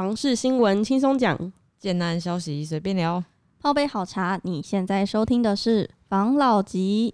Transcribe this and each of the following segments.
房事新闻轻松讲， 建案消息随便聊， 泡杯好茶。你现在收听的是房老吉。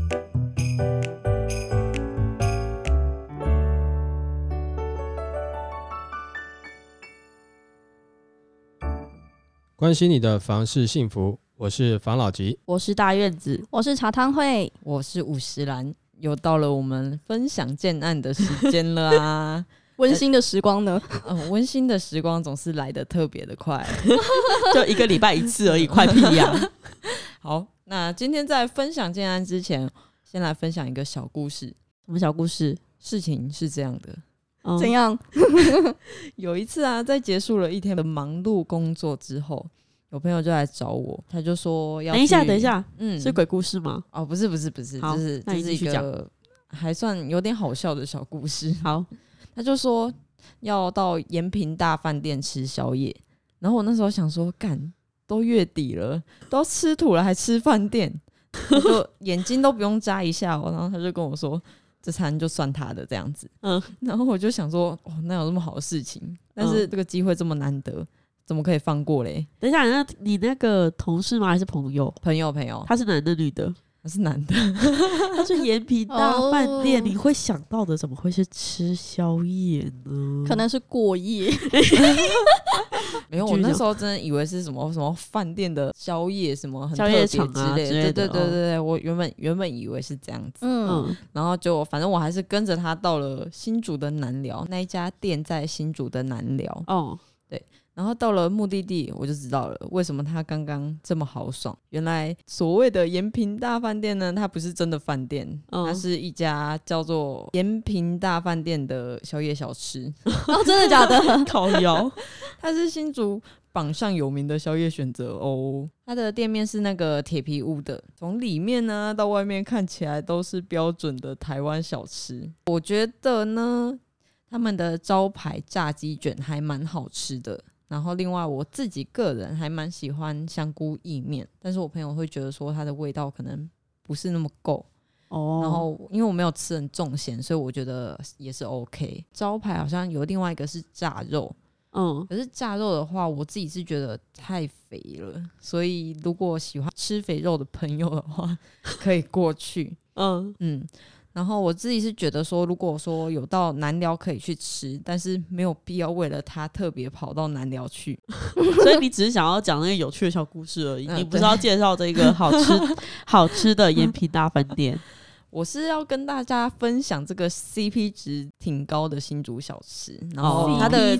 关心你的房事幸福，我是房老吉， 我是大院子， 我是茶汤会， 我是50兰，又到了我们分享建案的时间了啊！ 温馨的时光呢？ 温馨的时光总是来得特别的快， 就1个礼拜1次而已，快屁呀！ 好，那今天在分享建案之前，先来分享一个小故事。 什么小故事？ 事情是这样的， 怎样？ 有一次啊，在结束了一天的忙碌工作之后，有朋友就来找我，他就说要等一下，是鬼故事吗？ 哦，不是， 好，那你这是一继续讲个还算有点好笑的小故事。 好， 他就说要到延平大饭店吃宵夜，然后我那时候想说，干，都月底了，都要吃土了还吃饭店，我就眼睛都不用眨一下然后他就跟我说，这餐就算他的这样子。然后我就想说，哦，那有这么好的事情，但是这个机会这么难得，怎么可以放过嘞？ 等一下，你那个同事吗？还是朋友？ 朋友， 他是男的女的？ 他是男的。 他是延平大饭店，你会想到的怎么会是吃宵夜呢？ 可能是过夜。 没有，我那时候真的以为是什么饭店的宵夜，什么很特别之类的。 宵夜场之类的。 对，我原本以为是这样子。然后就反正我还是跟着他到了新竹的南寮，那一家店在新竹的南寮。对。然后到了目的地，我就知道了为什么他刚刚这么豪爽。原来所谓的延平大饭店呢，它不是真的饭店，它是一家叫做延平大饭店的宵夜小吃。 哦，真的假的？ 靠腰， 它是新竹榜上有名的宵夜选择哦。它的店面是那个铁皮屋的，从里面呢到外面看起来都是标准的台湾小吃。我觉得呢，他们的招牌炸鸡卷还蛮好吃的。然后另外我自己个人还蛮喜欢香菇意面，但是我朋友会觉得说它的味道可能不是那么够然后因为我没有吃很重咸，所以我觉得也是 OK。招牌好像有另外一个是炸肉，可是炸肉的话我自己是觉得太肥了，所以如果喜欢吃肥肉的朋友的话可以过去。然后我自己是觉得说，如果说有到南寮可以去吃，但是没有必要为了它特别跑到南寮去。 所以你只是想要讲那个有趣的小故事而已，你不是要介绍这个好吃的延平大饭店。 我是要跟大家分享这个 CP 值挺高的新竹小吃，然后它的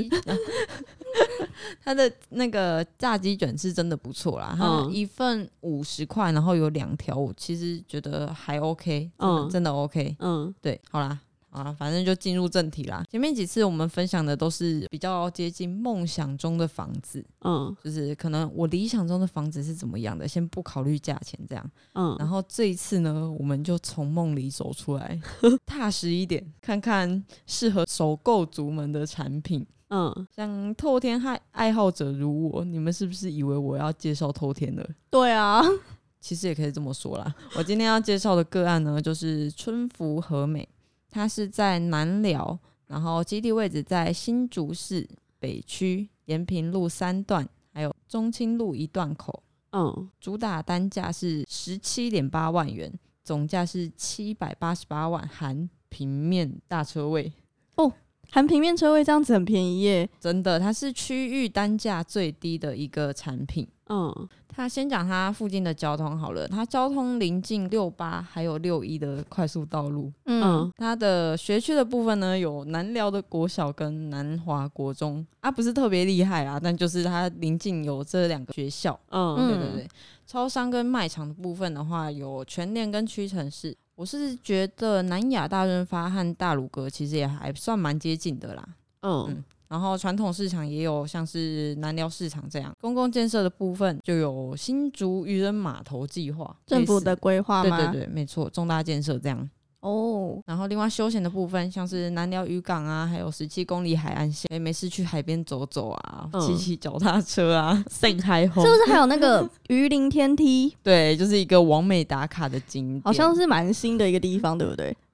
它的那个炸鸡卷是真的不错啦，它一份50块，然后有2条，我其实觉得还 OK， 真的 OK。对，好啦，反正就进入正题啦。前面几次我们分享的都是比较接近梦想中的房子，就是可能我理想中的房子是怎么样的，先不考虑价钱这样。然后这一次呢，我们就从梦里走出来，踏实一点，看看适合首购族们的产品。像透天爱好者如我，你们是不是以为我要介绍透天了？ 对啊， 其实也可以这么说啦。我今天要介绍的个案呢，就是春福和美。它是在南寮，然后基地位置在新竹市北区延平路3段，还有中清路1段口。主打单价是17.8万元，总价是788万，含平面大车位。 含平面车位这样子很便宜耶， 真的，它是区域单价最低的一个产品。它先讲它附近的交通好了，它交通临近68还有61的快速道路。它的学区的部分呢，有南寮的国小跟南华国中不是特别厉害啦，但就是它临近有这2个学校。对，超商跟卖场的部分的话，有全联跟屈臣氏。我是觉得南亚大润发和大鲁阁其实也还算蛮接近的啦。然后传统市场也有像是南寮市场这样。公共建设的部分就有新竹渔人码头计划， 政府的规划吗？ 对，没错，重大建设这样。然后另外休闲的部分像是南寮渔港啊，还有17公里海岸线，没事去海边走走啊，骑脚踏车啊， 盛开后是不是还有那个鱼鳞天梯？ 对，就是一个网美打卡的景点， 好像是蛮新的一个地方，对不对？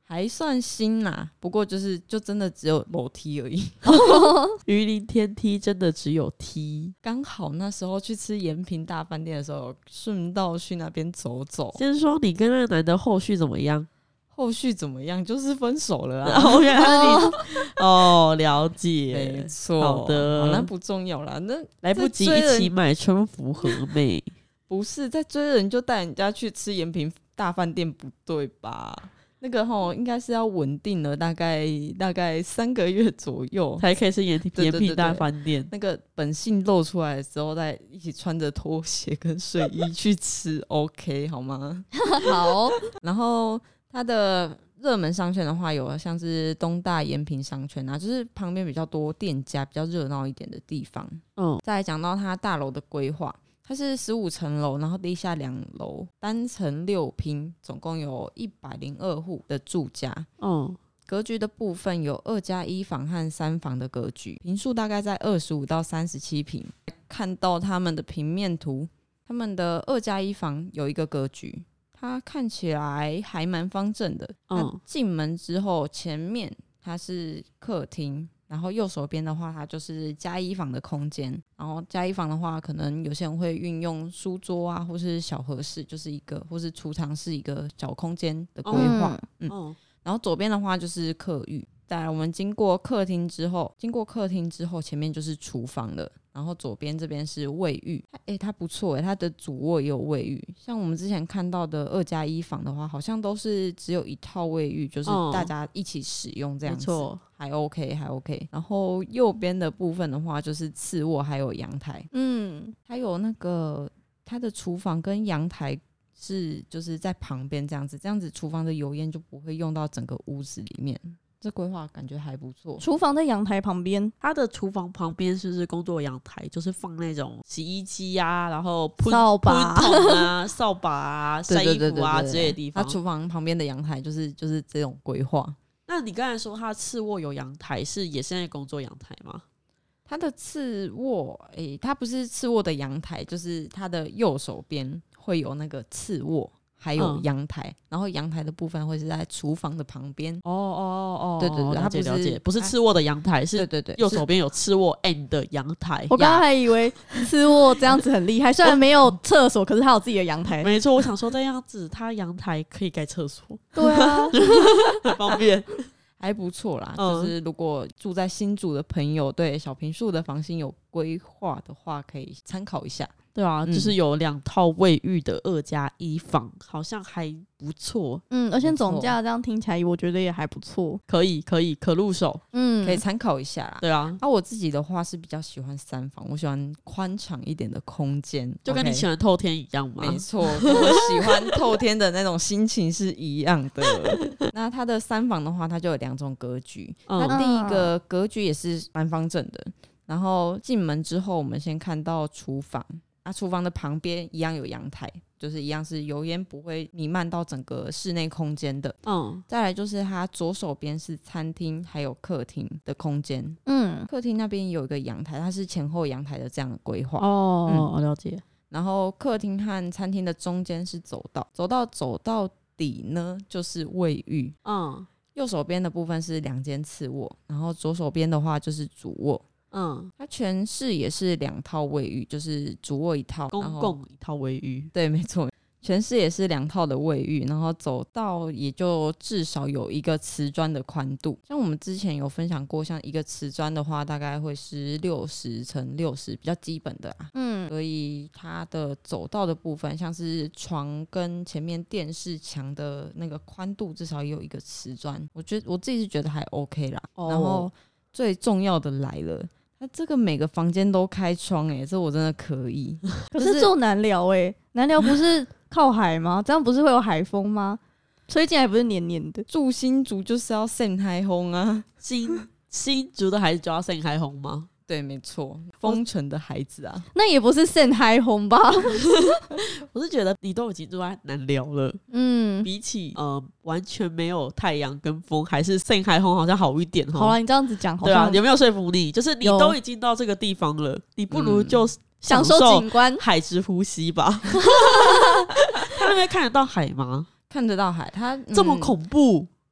还算新啦，不过就真的只有楼梯而已。 云林天梯真的只有梯， 刚好那时候去吃延平大饭店的时候，顺道去那边走走。 先说你跟那个男的后续怎么样？ 后续怎么样？就是分手了啦。 哦，原来是你哦，了解， 没错。 好的， 那不重要啦。那来不及一起买春服和妹， 不是在追人就带人家去吃延平大饭店，不对吧？那个应该是要稳定了，大概3个月左右才可以吃延平大饭店。 那个本性露出来的时候，再一起穿着拖鞋跟睡衣去吃，OK 好吗？ 好。 然后它的热门商圈的话，有像是东大延平商圈啊，就是旁边比较多店家、比较热闹一点的地方。再来讲到它大楼的规划。它是15层楼，然后地下2楼，单层6坪，总共有102户的住家。格局的部分有2+1房和3房的格局，坪数大概在25到37坪。看到他们的平面图，他们的2+1房有一个格局，它看起来还蛮方正的。进门之后，前面它是客厅。然后右手边的话，它就是+1房的空间。然后+1房的话，可能有些人会运用书桌啊，或是小和室，就是一个，或是储藏室一个小空间的规划。然后左边的话就是客浴。再来，我们经过客厅之后，前面就是厨房了。然后左边这边是卫浴，它不错它的主卧也有卫浴。像我们之前看到的2+1房的话，好像都是只有一套卫浴，就是大家一起使用这样子，还 OK。然后右边的部分的话，就是次卧还有阳台。还有那个它的厨房跟阳台就是在旁边这样子厨房的油烟就不会用到整个屋子里面。这规划感觉还不错。 厨房在阳台旁边， 它的厨房旁边是不是工作阳台？就是放那种洗衣机啊，然后扫把啊、扫把啊、晒衣服啊之类的地方。 它厨房旁边的阳台就是这种规划。 那你刚才说它次卧有阳台，也是在工作阳台吗？ 它的次卧，它不是次卧的阳台，就是它的右手边会有那个次卧。还有阳台，然后阳台的部分会是在厨房的旁边。对， 了解，不是次卧的阳台，是对， 右手边有次卧 and 的阳台。 我刚刚还以为次卧这样子很厉害，虽然没有厕所，可是它有自己的阳台。 没错，我想说这样子，它阳台可以盖厕所。 对啊， 很方便。 还不错啦，就是如果住在新竹的朋友对小坪数的房型有规划的话，可以参考一下。 对啊，就是有2套卫浴的2+1房，好像还不错。 而且总价这样听起来，我觉得也还不错， 可入手。 可以参考一下啦。 对啊， 我自己的话是比较喜欢3房，我喜欢宽敞一点的空间， 就跟你喜欢透天一样嘛。 没错，跟我喜欢透天的那种心情是一样的。那它的3房的话，它就有2种格局。它第一个格局也是蛮方正的，然后进门之后，我们先看到厨房。厨房的旁边一样有阳台，就是一样是油烟不会弥漫到整个室内空间的。再来就是它左手边是餐厅还有客厅的空间。客厅那边有一个阳台，它是前后阳台的这样的规划。 了解。 然后客厅和餐厅的中间是走到底呢就是卫浴。右手边的部分是2间次卧，然后左手边的话就是主卧。它全室也是2套卫浴，就是主卧1套， 公共1套卫浴。 对，没错，全室也是2套的卫浴，然后走道也就至少有一个瓷砖的宽度。像我们之前有分享过，像一个瓷砖的话，大概会是60×60，比较基本的啦。所以它的走道的部分，像是床跟前面电视墙的那个宽度，至少也有一个瓷砖。我自己是觉得还 OK 啦。然后最重要的来了。它这个每个房间都开窗这我真的可以。 可是住南寮南寮不是靠海吗？这样不是会有海风吗？吹进来不是黏黏的？ 住新竹就是要晒海风啊！ 新竹的孩子就要晒海风吗？ 对，没错，风城的孩子啊， 那也不是晒海风吧？ 我是觉得你都已经住在南寮了，比起完全没有太阳跟风，还是晒海风好像好一点。 好啦，你这样子讲， 对啊，有没有说服你？就是你都已经到这个地方了，你不如就享受景观， 海之呼吸吧。他那边看得到海吗？ 看得到海，它这么恐怖。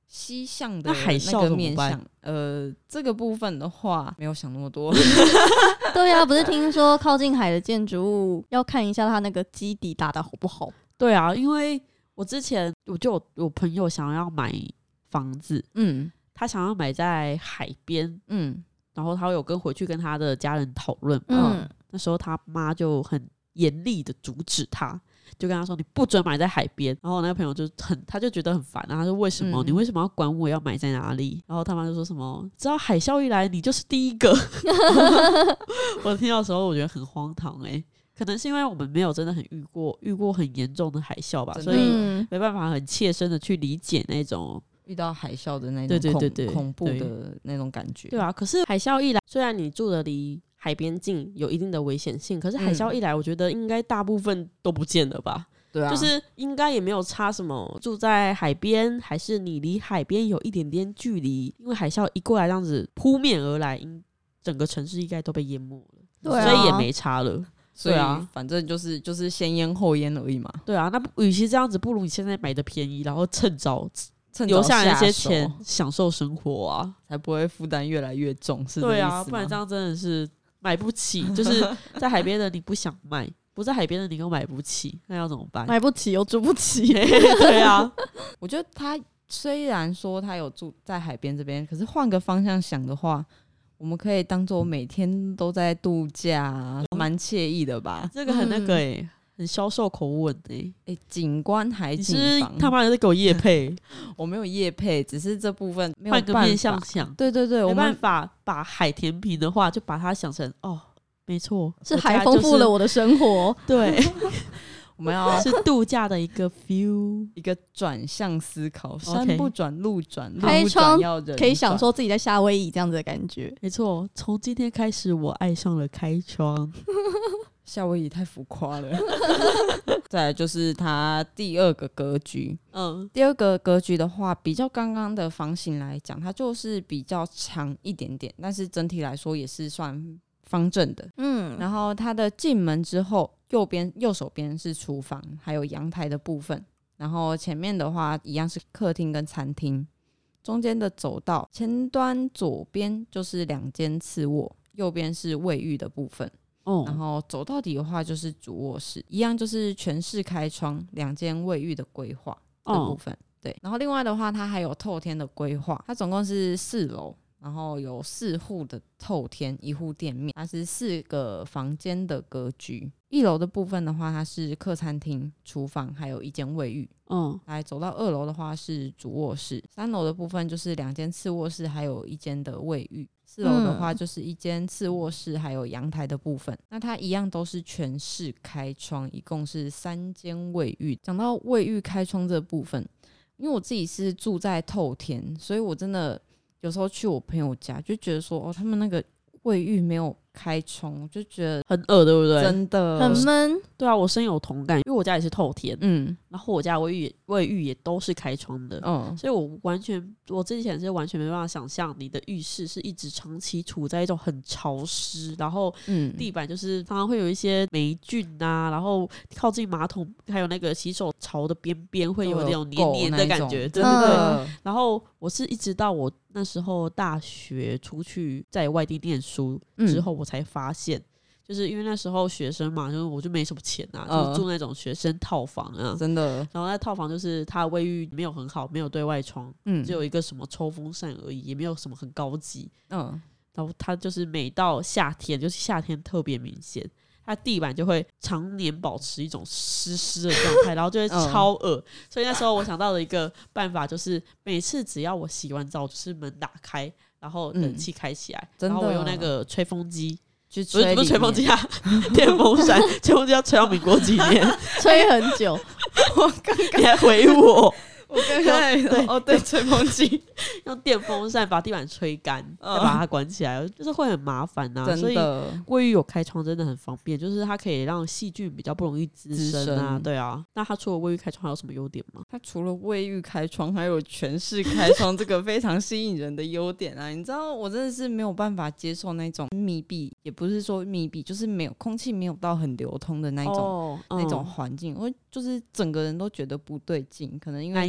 西向的那个面向，这个部分的话没有想那么多。 对啊，不是听说靠近海的建筑物要看一下它那个基底打得好不好？ 对啊，因为我之前我就有朋友想要买房子，他想要买在海边，然后他有回去跟他的家人讨论，那时候他妈就很严厉的阻止他。就跟他说你不准买在海边，然后我那个朋友他就觉得很烦，然后他说为什么、你为什么要管我要买在哪里？然后他妈就说什么只要海啸一来你就是第一个。我听到的时候我觉得很荒唐可能是因为我们没有真的很遇过很严重的海啸吧，所以没办法很切身的去理解那种遇到海啸的那种恐怖的那种感觉。 对啊，可是海啸一来，虽然你住的离海边近有一定的危险性，可是海啸一来我觉得应该大部分都不见了吧。 对啊， 就是应该也没有差什么住在海边还是你离海边有一点点距离，因为海啸一过来这样子扑面而来，整个城市应该都被淹没了， 对啊， 所以也没差了。 所以反正就是先淹后淹而已嘛。 对啊，那与其这样子，不如你现在买的便宜，然后趁早留下来那些钱享受生活啊， 才不会负担越来越重。是对啊，不然这样真的是买不起。就是在海边的你不想卖，不在海边的你又买不起，那要怎么办？ 买不起又住不起。 对啊， 我觉得他虽然说他有住在海边这边，可是换个方向想的话，我们可以当做每天都在度假，蛮惬意的吧。 这个很那个很销售口吻景观海景房， 你是他妈的在给我业配？ 我没有业配，只是这部分没有办法。 换个面向想， 对， 没办法把海填平的话，就把它想成没错， 是海丰富了我的生活。 对。 我们要是度假的一个 feel， 一个转向思考，山不转路转， 开窗要人可以享受自己在夏威夷这样子的感觉。 没错，从今天开始我爱上了开窗。 夏威夷太浮夸了。再来就是它第二个格局，第二个格局的话，比较刚刚的房型来讲，它就是比较长一点点，但是整体来说也是算方正的。然后它的进门之后，右手边是厨房还有阳台的部分，然后前面的话一样是客厅跟餐厅，中间的走道前端左边就是2间次卧，右边是卫浴的部分。然后走到底的话就是主卧室，一样就是全室开窗，2间卫浴的规划的部分。对，然后另外的话它还有透天的规划，它总共是4楼，然后有4户的透天，1户店面，它是4个房间的格局。1楼的部分的话，它是客餐厅、厨房，还有1间卫浴。来走到2楼的话是主卧室，3楼的部分就是2间次卧室，还有1间的卫浴。4楼的话就是1间次卧室，还有阳台的部分。那它一样都是全室开窗，一共是3间卫浴。讲到卫浴开窗这部分，因为我自己是住在透天，所以我真的有时候去我朋友家就觉得说他们那个卫浴没有开窗，我就觉得很恶，对不对？ 真的很闷。 对啊，我深有同感，因为我家也是透天，然后我家卫浴也都是开窗的，所以我之前是完全没办法想象你的浴室是一直长期处在一种很潮湿，然后地板就是常常会有一些霉菌啊，然后靠近马桶还有那个洗手槽的边边会有那种黏黏的感觉，对对对。然后我是一直到我那时候大学出去在外地念书之后，我才发现。就是因为那时候学生嘛，就是我就没什么钱啊，就住那种学生套房啊， 真的。 然后那套房就是它的卫浴没有很好，没有对外窗，只有一个什么抽风扇而已，也没有什么很高级。然后它就是每到夏天，就是夏天特别明显，它地板就会常年保持一种湿湿的状态，然后就会超恶。所以那时候我想到的一个办法就是，每次只要我洗完澡，就是门打开，然后冷气开起来，然后我用那个吹风机。不是吹风机啊，电风扇，吹风机要吹到民国几年？ 吹很久。 我刚刚你还回我刚刚对，吹风机用电风扇把地板吹干，再把它关起来，就是会很麻烦啊。 真的， 所以卫浴有开窗真的很方便，就是它可以让细菌比较不容易滋生啊。对啊，那它除了卫浴开窗还有什么优点吗？ 它除了卫浴开窗，还有全室开窗这个非常吸引人的优点啊！你知道，我真的是没有办法接受那种密闭，也不是说密闭，就是没有空气没有到很流通的那种环境，我就是整个人都觉得不对劲，可能因为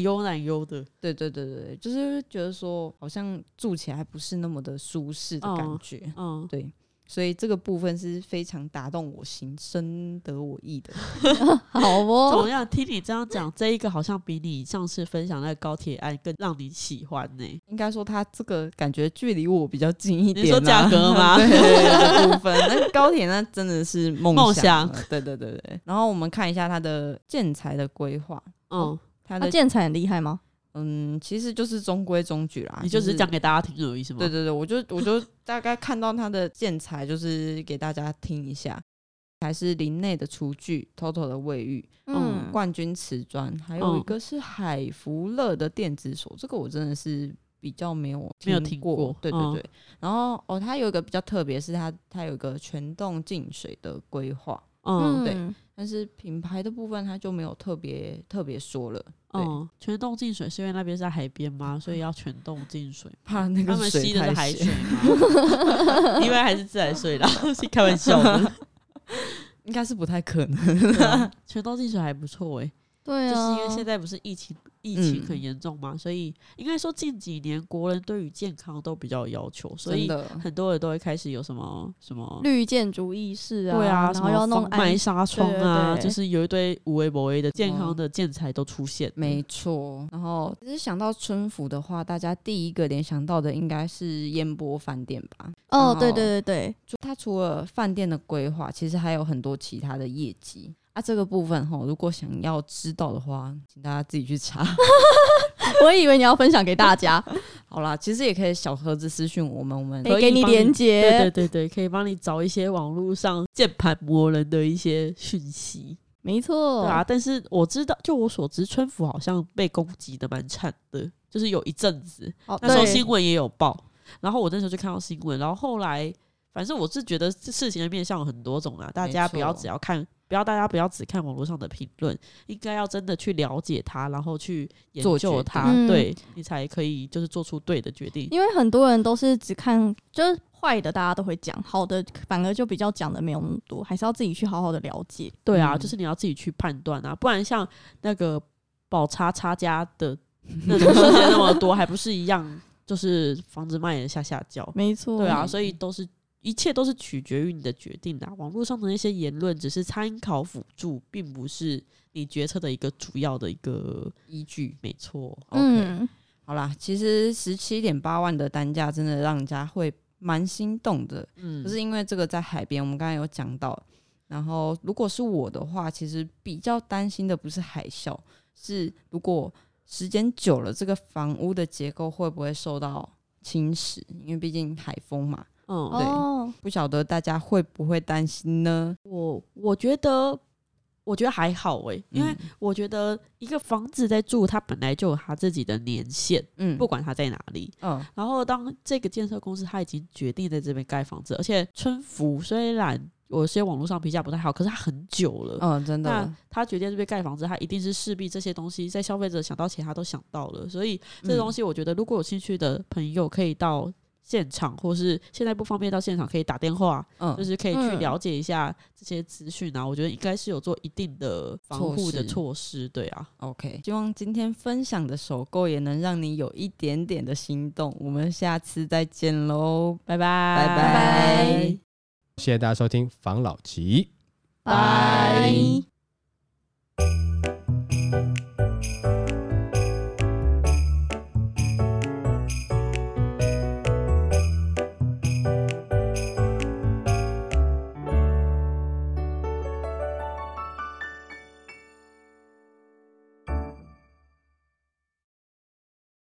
优奶优的。 对，就是觉得说好像住起来不是那么的舒适的感觉。对。所以这个部分是非常打动我心、深得我意的。 好哦， 怎么样？听你这样讲，这一个好像比你上次分享那个高铁案更让你喜欢呢。 应该说，它这个感觉距离我比较近一点。 你说价格吗？ 对，这部分那高铁那真的是梦想。对。然后我们看一下它的建材的规划。 它的建材很厉害吗？ 其实就是中规中矩啦， 你就是讲给大家听而已是吗？ 对，我就大概看到它的建材，就是给大家听一下，还是林内的厨具、TOTO 的卫浴，冠军瓷砖，还有一个是海福乐的电子锁，这个我真的是比较没有听过。对，然后它有一个比较特别，是它有一个全动净水的规划。对，但是品牌的部分它就没有特别说了。 全动净水是因为那边是在海边吗？所以要全动净水， 怕那个他们吸的是海水吗？因为还是自来水啦，是开玩笑的， 应该是不太可能。 全动净水还不错对啊， 就是因为现在不是疫情很严重嘛，所以应该说近几年国人对于健康都比较有要求，所以很多人都会开始有什么绿建筑意识啊， 对啊， 然后要弄防霾纱窗啊， 对， 就是有一堆无微不微的健康的建材都出现。 没错。然后其实想到春福的话，大家第一个联想到的应该是烟波饭店吧？ 对， 它除了饭店的规划，其实还有很多其他的业绩。这个部分如果想要知道的话，请大家自己去查。 我以为你要分享给大家。 好啦，其实也可以小盒子私讯我们可以给你连结。 对，可以帮你找一些网络上键盘魔人的一些讯息。 没错， 对啊。但是我知道，就我所知，春福好像被攻击的蛮惨的，就是有一阵子，那时候新闻也有报。然后我那时候就看到新闻，然后后来，反正我是觉得事情的面向有很多种啦，大家不要只看网络上的评论，应该要真的去了解它，然后去研究它，对，你才可以就是做出对的决定。 因为很多人都是只看就是坏的，大家都会讲，好的反而就比较讲的没有那么多，还是要自己去好好的了解。 对啊，就是你要自己去判断啊，不然像那个宝叉家的那种事件那么多，还不是一样，就是房子卖的下叫。 没错， 对啊，所以一切都是取决于你的决定啦。网络上的那些言论只是参考辅助，并不是你决策的一个主要的一个依据。没错。 OK，好啦，其实17.8万的单价真的让人家会蛮心动的。可是因为这个在海边，我们刚才有讲到。然后如果是我的话，其实比较担心的不是海啸，是如果时间久了，这个房屋的结构会不会受到侵蚀？因为毕竟海风嘛。对，不晓得大家会不会担心呢？ 我觉得还好因为我觉得一个房子在住，它本来就有它自己的年限，不管它在哪里，然后当这个建设公司它已经决定在这边盖房子，而且春福虽然有些网络上评价不太好，可是它很久了， 真的， 那他决定这边盖房子，他一定是势必这些东西在消费者想到前他都想到了，所以这东西我觉得如果有兴趣的朋友可以到现场，或是现在不方便到现场可以打电话，就是可以去了解一下这些资讯啊。我觉得应该是有做一定的防护的措施，对啊。 OK， 希望今天分享的首购也能让你有一点点的心动。我们下次再见喽， 拜拜拜拜。 谢谢大家收听房老吉， 拜。